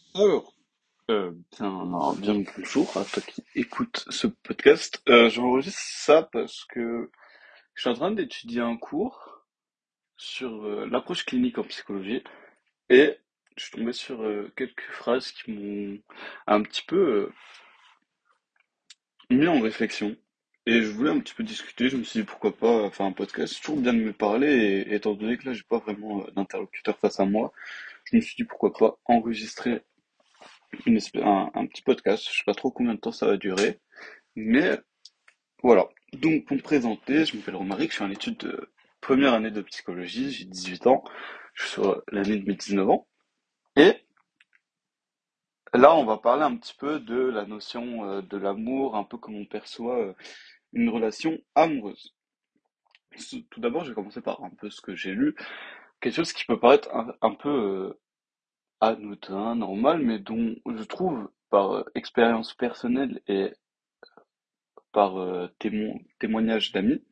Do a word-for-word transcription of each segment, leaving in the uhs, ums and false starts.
Alors, euh, bien, bien le bonjour à toi qui écoute ce podcast. Euh, j'enregistre ça parce que je suis en train d'étudier un cours sur euh, l'approche clinique en psychologie et je suis tombé sur euh, quelques phrases qui m'ont un petit peu euh, mis en réflexion. Et je voulais un petit peu discuter, je me suis dit pourquoi pas faire un podcast. C'est toujours bien de me parler et étant donné que là j'ai pas vraiment euh, d'interlocuteur face à moi, je me suis dit pourquoi pas enregistrer une espèce, un, un petit podcast. Je sais pas trop combien de temps ça va durer. Mais voilà. Donc, pour me présenter, je m'appelle Romaric, je suis en études de première année de psychologie, j'ai dix-huit ans, je suis sur l'année de mes dix-neuf ans. Et là, on va parler un petit peu de la notion euh, de l'amour, un peu comme on perçoit euh, une relation amoureuse. Ce- Tout d'abord, je vais commencer par un peu ce que j'ai lu, quelque chose qui peut paraître un, un peu euh, anodin, normal, mais dont je trouve, par euh, expérience personnelle et par euh, témo- témoignage d'amis,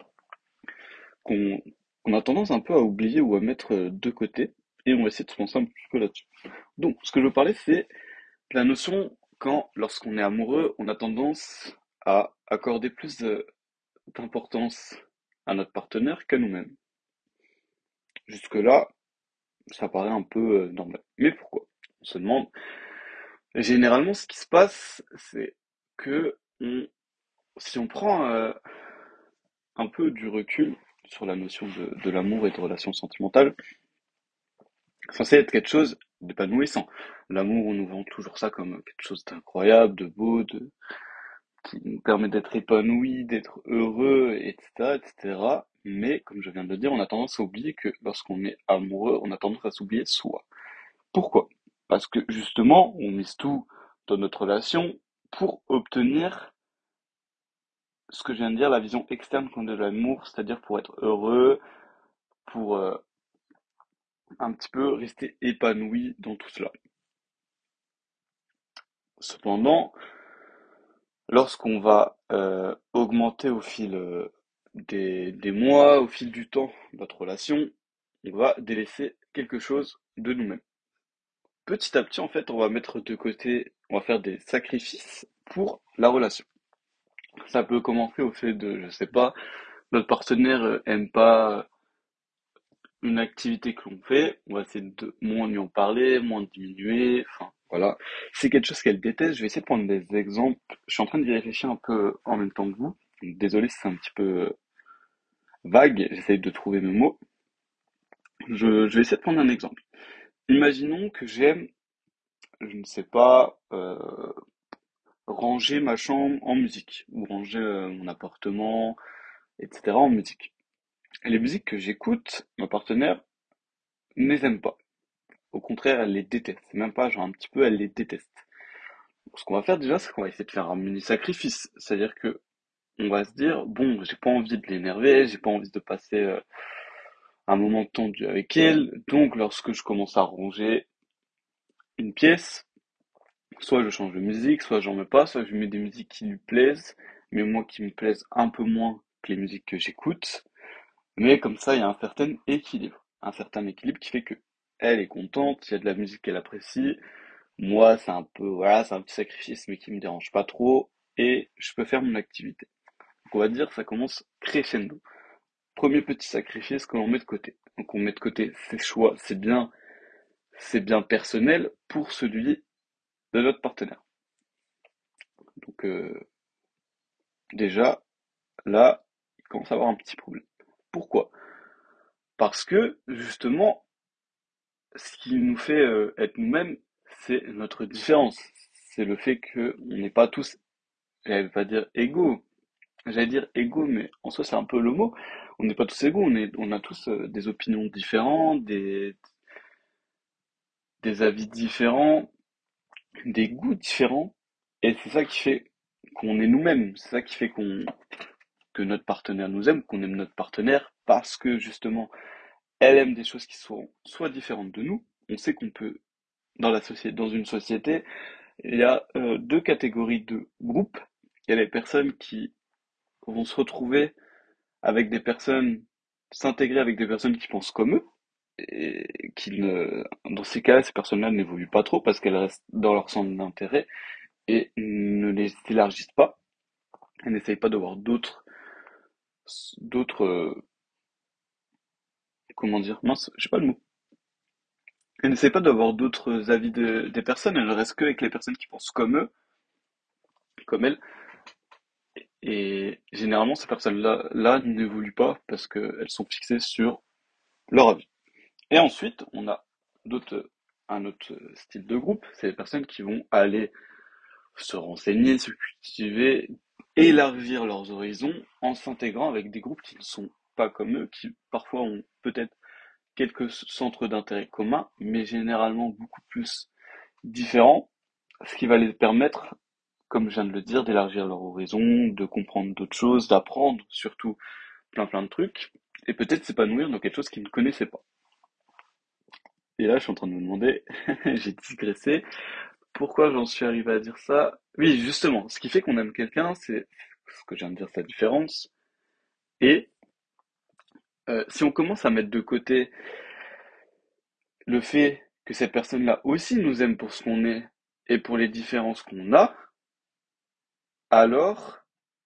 qu'on qu'on a tendance un peu à oublier ou à mettre euh, de côté, et on va essayer de se penser un petit peu là-dessus. Donc, ce que je veux parler, c'est la notion quand, lorsqu'on est amoureux, on a tendance à accorder plus de- d'importance à notre partenaire qu'à nous-mêmes. Jusque-là, ça paraît un peu euh, normal. Mais pourquoi? On se demande. Généralement, ce qui se passe, c'est que on, si on prend euh, un peu du recul sur la notion de, de l'amour et de relations sentimentales, censé être quelque chose d'épanouissant. L'amour, on nous vend toujours ça comme quelque chose d'incroyable, de beau, de, qui nous permet d'être épanoui, d'être heureux, et cetera, et cetera. Mais, comme je viens de le dire, on a tendance à oublier que lorsqu'on est amoureux, on a tendance à s'oublier soi. Pourquoi? Parce que, justement, on mise tout dans notre relation pour obtenir ce que je viens de dire, la vision externe qu'on a de l'amour, c'est-à-dire pour être heureux, pour euh, un petit peu rester épanoui dans tout cela. Cependant, lorsqu'on va euh, augmenter au fil euh, des, des mois, au fil du temps, notre relation, on va délaisser quelque chose de nous-mêmes. Petit à petit, en fait, on va mettre de côté, on va faire des sacrifices pour la relation. Ça peut commencer au fait de, je sais pas, notre partenaire euh, aime pas une activité que l'on fait, on va essayer de moins lui en parler, moins diminuer, enfin voilà. Si c'est quelque chose qu'elle déteste, je vais essayer de prendre des exemples. Je suis en train d'y réfléchir un peu en même temps que vous. Donc, désolé si c'est un petit peu euh, vague, j'essaye de trouver mes mots. Je, je vais essayer de prendre un exemple. Imaginons que j'aime, je ne sais pas, euh, ranger ma chambre en musique, ou ranger euh, mon appartement, et cetera en musique. Et les musiques que j'écoute, ma partenaire ne les aime pas. Au contraire, elle les déteste. C'est même pas genre un petit peu, elle les déteste. Donc, ce qu'on va faire déjà, c'est qu'on va essayer de faire un mini sacrifice. C'est-à-dire que on va se dire, bon, j'ai pas envie de l'énerver, j'ai pas envie de passer euh, un moment tendu avec elle. Donc, lorsque je commence à ranger une pièce, soit je change de musique, soit j'en mets pas, soit je mets des musiques qui lui plaisent, mais moi qui me plaisent un peu moins que les musiques que j'écoute. Mais comme ça, il y a un certain équilibre. Un certain équilibre qui fait que elle est contente, il y a de la musique qu'elle apprécie. Moi, c'est un peu, voilà, c'est un petit sacrifice, mais qui me dérange pas trop, et je peux faire mon activité. Donc, on va dire, ça commence crescendo. Premier petit sacrifice que l'on met de côté. Donc, on met de côté ses choix, c'est bien, c'est bien personnel pour celui de notre partenaire. Donc, euh, déjà, là, il commence à avoir un petit problème. Pourquoi? Parce que, justement, ce qui nous fait euh, être nous-mêmes, c'est notre différence. C'est le fait que on n'est pas tous, elle va dire égaux. J'allais dire égaux, mais en soi, c'est un peu le mot. On n'est pas tous égaux, on est, on a tous euh, des opinions différentes, des, des avis différents, des goûts différents. Et c'est ça qui fait qu'on est nous-mêmes. C'est ça qui fait qu'on, que notre partenaire nous aime, qu'on aime notre partenaire, parce que justement, elle aime des choses qui sont soit différentes de nous. On sait qu'on peut, dans la société, dans une société, il y a euh, deux catégories de groupes. Il y a les personnes qui vont se retrouver avec des personnes, s'intégrer avec des personnes qui pensent comme eux, et qui ne, dans ces cas-là, ces personnes-là n'évoluent pas trop parce qu'elles restent dans leur centre d'intérêt et ne les élargissent pas. Elles n'essayent pas d'avoir d'autres, d'autres, euh, comment dire, mince, j'ai pas le mot. Elles n'essayent pas d'avoir d'autres avis de- des personnes, elles ne restent que avec les personnes qui pensent comme eux, comme elles. Et généralement, ces personnes-là, là, n'évoluent pas parce qu'elles sont fixées sur leur avis. Et ensuite, on a d'autres, un autre style de groupe, c'est les personnes qui vont aller se renseigner, se cultiver, élargir leurs horizons en s'intégrant avec des groupes qui ne sont pas comme eux, qui parfois ont peut-être quelques centres d'intérêt communs, mais généralement beaucoup plus différents, ce qui va les permettre, comme je viens de le dire, d'élargir leur horizon, de comprendre d'autres choses, d'apprendre surtout plein plein de trucs, et peut-être s'épanouir dans quelque chose qu'ils ne connaissaient pas. Et là, je suis en train de me demander, j'ai digressé, pourquoi j'en suis arrivé à dire ça? Oui, justement, ce qui fait qu'on aime quelqu'un, c'est ce que je viens de dire, sa différence. Et euh, si on commence à mettre de côté le fait que cette personne-là aussi nous aime pour ce qu'on est et pour les différences qu'on a, alors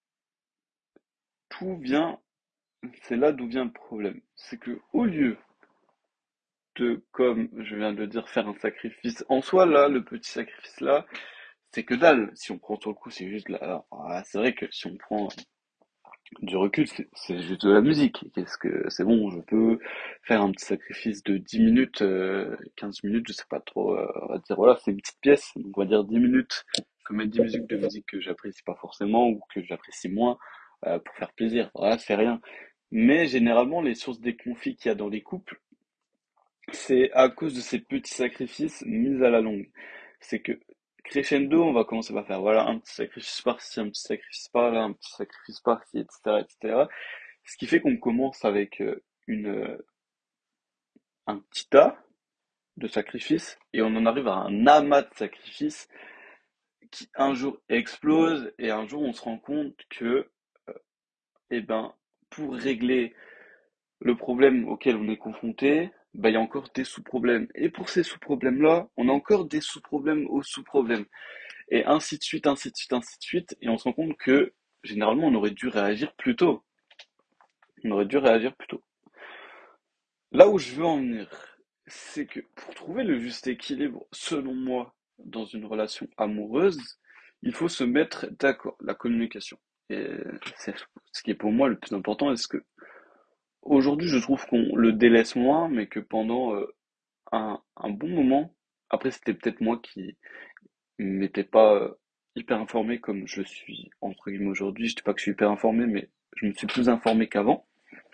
tout vient, c'est là d'où vient le problème. C'est que au lieu de, comme je viens de le dire, faire un sacrifice en soi, là, le petit sacrifice là, c'est que dalle. Si on prend sur le coup, c'est juste là. Ah, c'est vrai que si on prend du recul, c'est c'est juste de la musique. Qu'est-ce que c'est bon, je peux faire un petit sacrifice de dix minutes, euh, quinze minutes, je sais pas trop. Euh, on va dire voilà, c'est une petite pièce, donc on va dire dix minutes. Je peux mettre dix musiques de musique que j'apprécie pas forcément ou que j'apprécie moins euh, pour faire plaisir. Voilà, c'est rien. Mais généralement, les sources des conflits qu'il y a dans les couples, c'est à cause de ces petits sacrifices mis à la longue. C'est que crescendo, on va commencer par faire voilà un petit sacrifice par-ci, un petit sacrifice par-là, un petit sacrifice par-ci, et cetera, et cetera. Ce qui fait qu'on commence avec euh, une, euh, un petit tas de sacrifices et on en arrive à un amas de sacrifices qui un jour explose et un jour on se rend compte que, eh ben, pour régler le problème auquel on est confronté, bah, il y a encore des sous-problèmes. Et pour ces sous-problèmes-là, on a encore des sous-problèmes aux sous-problèmes. Et ainsi de suite, ainsi de suite, ainsi de suite. Et on se rend compte que, généralement, on aurait dû réagir plus tôt. On aurait dû réagir plus tôt. Là où je veux en venir, c'est que pour trouver le juste équilibre, selon moi, dans une relation amoureuse, il faut se mettre d'accord, la communication. Et c'est ce qui est pour moi le plus important. Est-ce que aujourd'hui, je trouve qu'on le délaisse moins, mais que pendant euh, un, un bon moment, après c'était peut-être moi qui m'étais pas euh, hyper informé comme je le suis entre guillemets aujourd'hui. Je dis pas que je suis hyper informé, mais je me suis plus informé qu'avant.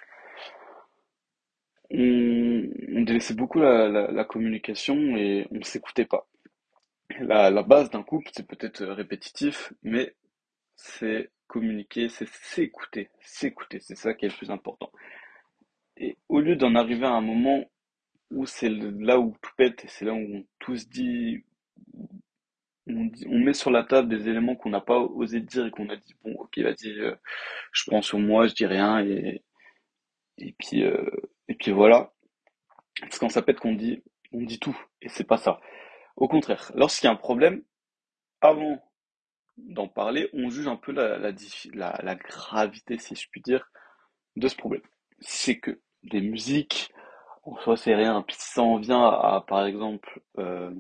On, on délaissait beaucoup la, la, la communication et on s'écoutait pas. La, la base d'un couple, c'est peut-être euh, répétitif, mais c'est communiquer, c'est s'écouter, s'écouter, c'est ça qui est le plus important. Et au lieu d'en arriver à un moment où c'est le- là où tout pète, et c'est là où on tout se dit, on, dit- on met sur la table des éléments qu'on n'a pas osé dire et qu'on a dit, bon, ok, vas-y, euh, je prends sur moi, je dis rien, et, et puis, euh, et puis voilà. Parce qu'on ça pète qu'on dit, on dit tout, et c'est pas ça. Au contraire, lorsqu'il y a un problème, avant d'en parler, on juge un peu la, la, diffi- la, la gravité, si je puis dire, de ce problème. C'est que des musiques, en soi, c'est rien. Puis si ça en vient à, par exemple, euh,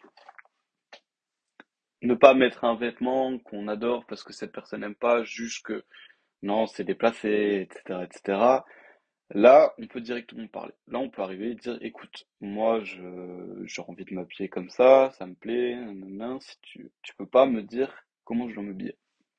ne pas mettre un vêtement qu'on adore parce que cette personne n'aime pas, juge que non, c'est déplacé, et cetera, et cetera. Là, on peut directement parler. Là, on peut arriver et dire, écoute, moi, je, j'ai envie de m'habiller comme ça, ça me plaît, nanana, si tu, tu peux pas me dire comment je dois m'habiller.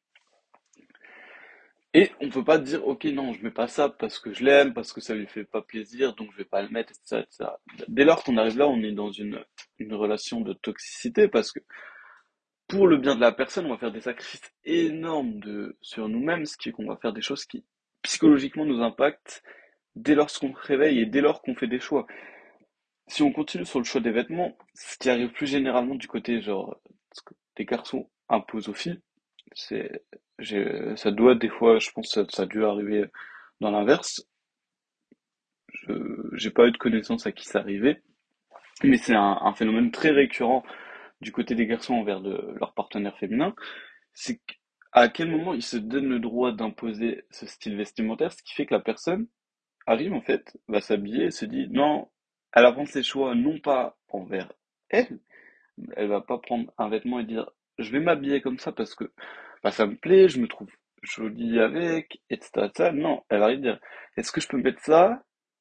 Et on peut pas dire, ok, non, je mets pas ça parce que je l'aime, parce que ça lui fait pas plaisir, donc je vais pas le mettre, et cetera, et cetera. Dès lors qu'on arrive là, on est dans une, une relation de toxicité parce que pour le bien de la personne, on va faire des sacrifices énormes de, sur nous-mêmes, ce qui fait qu'on va faire des choses qui psychologiquement nous impactent dès lors qu'on se réveille et dès lors qu'on fait des choix. Si on continue sur le choix des vêtements, ce qui arrive plus généralement du côté genre ce que des garçons imposent aux filles, c'est j'ai ça doit des fois, je pense que ça, ça a dû arriver dans l'inverse. je j'ai pas eu de connaissance à qui ça arrivait, mais c'est un, un phénomène très récurrent du côté des garçons envers de, leur partenaire féminin. C'est qu- à quel moment ils se donnent le droit d'imposer ce style vestimentaire, ce qui fait que la personne arrive en fait, va s'habiller et se dit non, elle avance ses choix non pas envers elle, elle va pas prendre un vêtement et dire je vais m'habiller comme ça parce que bah, ça me plaît, je me trouve jolie avec, et cetera et cetera. Non, elle va dire est-ce que je peux mettre ça?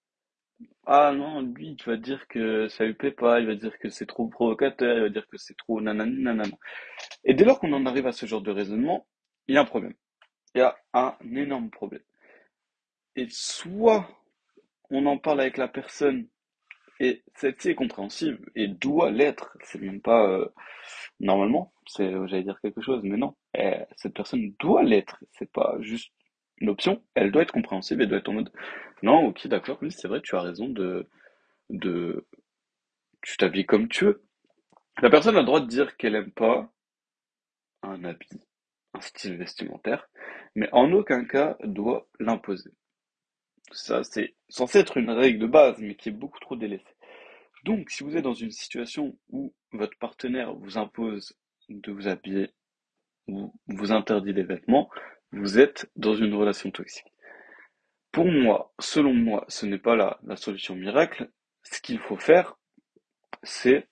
Ah non, lui, il va dire que ça lui plaît pas, il va dire que c'est trop provocateur, il va dire que c'est trop nanani nanana. Et dès lors qu'on en arrive à ce genre de raisonnement, il y a un problème. Il y a un énorme problème. Et soit on en parle avec la personne et celle-ci est compréhensive et doit l'être. C'est même pas euh, normalement, c'est j'allais dire quelque chose, mais non. Eh, cette personne doit l'être. C'est pas juste une option. Elle doit être compréhensive et doit être en mode non, ok, d'accord, oui, c'est vrai, tu as raison de de tu t'habilles comme tu veux. La personne a le droit de dire qu'elle aime pas un habit, un style vestimentaire, mais en aucun cas doit l'imposer. Ça, c'est censé être une règle de base, mais qui est beaucoup trop délaissée. Donc, si vous êtes dans une situation où votre partenaire vous impose de vous habiller ou vous interdit les vêtements, vous êtes dans une relation toxique. Pour moi, selon moi, ce n'est pas la, la solution miracle. Ce qu'il faut faire, c'est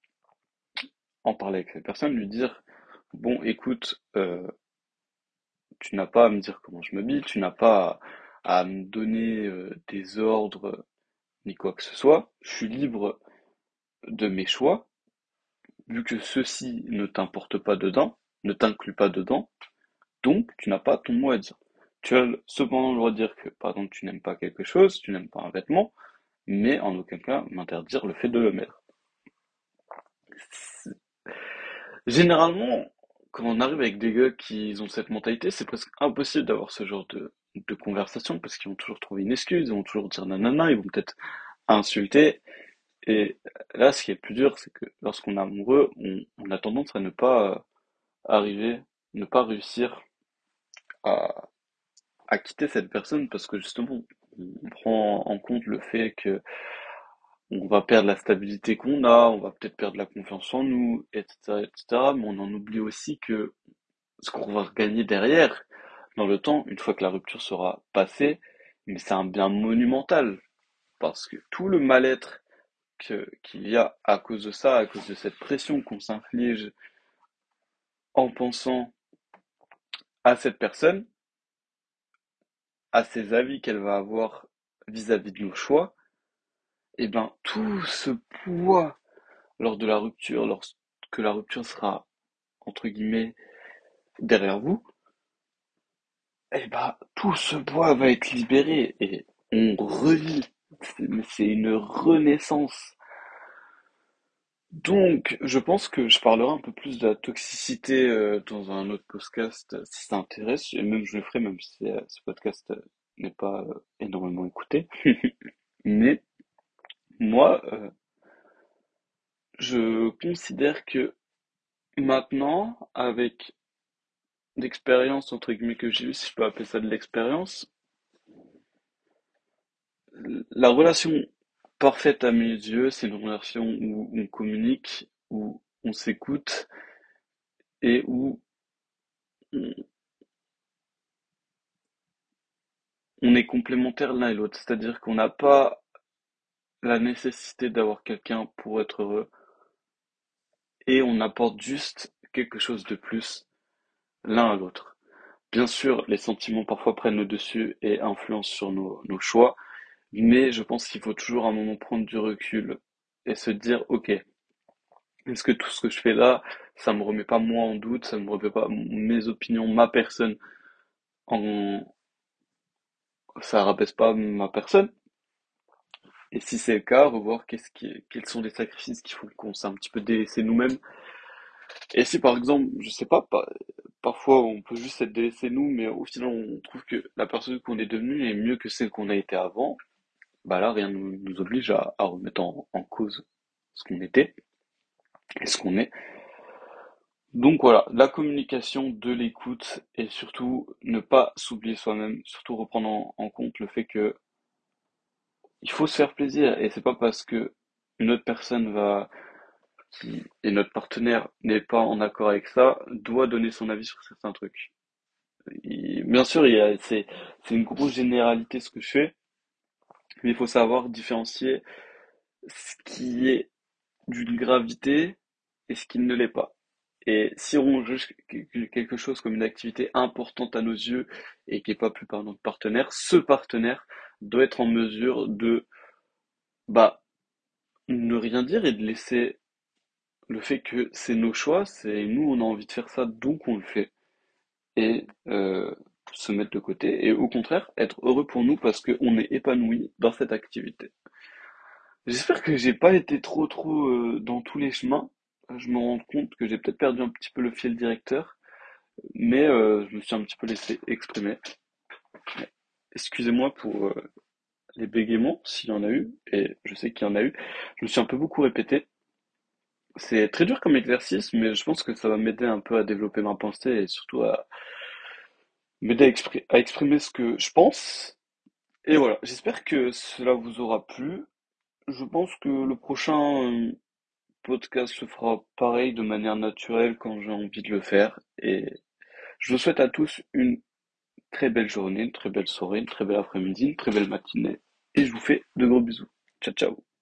en parler avec cette personne, lui dire, bon, écoute, euh, tu n'as pas à me dire comment je m'habille, tu n'as pas à, à me donner euh, des ordres ni quoi que ce soit. Je suis libre de mes choix, vu que ceci ne t'importe pas dedans, ne t'inclut pas dedans, donc tu n'as pas ton mot à dire. Tu as cependant le droit de dire que, par exemple, tu n'aimes pas quelque chose, tu n'aimes pas un vêtement, mais en aucun cas m'interdire le fait de le mettre. Généralement, quand on arrive avec des gars qui ont cette mentalité, c'est presque impossible d'avoir ce genre de, de conversation parce qu'ils vont toujours trouver une excuse, ils vont toujours dire nanana, ils vont peut-être insulter. Et là, ce qui est le plus dur, c'est que lorsqu'on est amoureux, on, on a tendance à ne pas euh, arriver, ne pas réussir à, à quitter cette personne parce que justement, on prend en compte le fait que on va perdre la stabilité qu'on a, on va peut-être perdre la confiance en nous, et cetera, et cetera. Mais on en oublie aussi que ce qu'on va gagner derrière, dans le temps, une fois que la rupture sera passée, mais c'est un bien monumental. Parce que tout le mal-être que, qu'il y a à cause de ça, à cause de cette pression qu'on s'inflige en pensant à cette personne, à ses avis qu'elle va avoir vis-à-vis de nos choix, et ben tout ce poids lors de la rupture, lorsque la rupture sera entre guillemets derrière vous, et ben tout ce poids va être libéré et on revit. C'est c'est une renaissance. Donc, je pense que je parlerai un peu plus de la toxicité euh, dans un autre podcast euh, si ça intéresse, et même je le ferai même si euh, ce podcast euh, n'est pas euh, énormément écouté. Mais moi, euh, je considère que maintenant, avec l'expérience entre guillemets que j'ai eue, si je peux appeler ça de l'expérience, la relation parfaite à mes yeux, c'est une relation où on communique, où on s'écoute et où on on est complémentaires l'un et l'autre. C'est-à-dire qu'on n'a pas la nécessité d'avoir quelqu'un pour être heureux et on apporte juste quelque chose de plus l'un à l'autre. Bien sûr, les sentiments parfois prennent le dessus et influencent sur nos, nos choix, mais je pense qu'il faut toujours à un moment prendre du recul et se dire, ok, est-ce que tout ce que je fais là, ça me remet pas moi en doute, ça me remet pas mes opinions, ma personne en, ça rabaisse pas ma personne? Et si c'est le cas, revoir qu'est-ce qui, quels sont les sacrifices qu'il faut qu'on s'est un petit peu délaissé nous-mêmes. Et si par exemple, je sais pas, pa- parfois on peut juste être délaissé nous, mais au final on trouve que la personne qu'on est devenue est mieux que celle qu'on a été avant, bah là rien ne nous, nous oblige à, à remettre en, en cause ce qu'on était et ce qu'on est. Donc voilà, la communication, de l'écoute et surtout ne pas s'oublier soi-même, surtout reprendre en, en compte le fait que il faut se faire plaisir et c'est pas parce que une autre personne va qui et notre partenaire n'est pas en accord avec ça, doit donner son avis sur certains trucs. Et bien sûr, il y a, c'est, c'est une grosse généralité ce que je fais, mais il faut savoir différencier ce qui est d'une gravité et ce qui ne l'est pas. Et si on juge quelque chose comme une activité importante à nos yeux et qui n'est pas plu par notre partenaire, ce partenaire doit être en mesure de bah, ne rien dire et de laisser le fait que c'est nos choix, c'est nous, on a envie de faire ça, donc on le fait. Et euh, se mettre de côté et au contraire être heureux pour nous parce qu'on est épanoui dans cette activité. J'espère que j'ai pas été trop trop euh, dans tous les chemins. Je me rends compte que j'ai peut-être perdu un petit peu le fil directeur, mais euh, je me suis un petit peu laissé exprimer. Excusez-moi pour euh, les bégaiements, s'il y en a eu, et je sais qu'il y en a eu. Je me suis un peu beaucoup répété. C'est très dur comme exercice, mais je pense que ça va m'aider un peu à développer ma pensée et surtout à m'aider à, expri- à exprimer ce que je pense. Et voilà, j'espère que cela vous aura plu. Je pense que le prochain euh, podcast se fera pareil de manière naturelle quand j'ai envie de le faire. Et je vous souhaite à tous une très belle journée, une très belle soirée, une très belle après-midi, une très belle matinée. Et je vous fais de gros bisous. Ciao, ciao.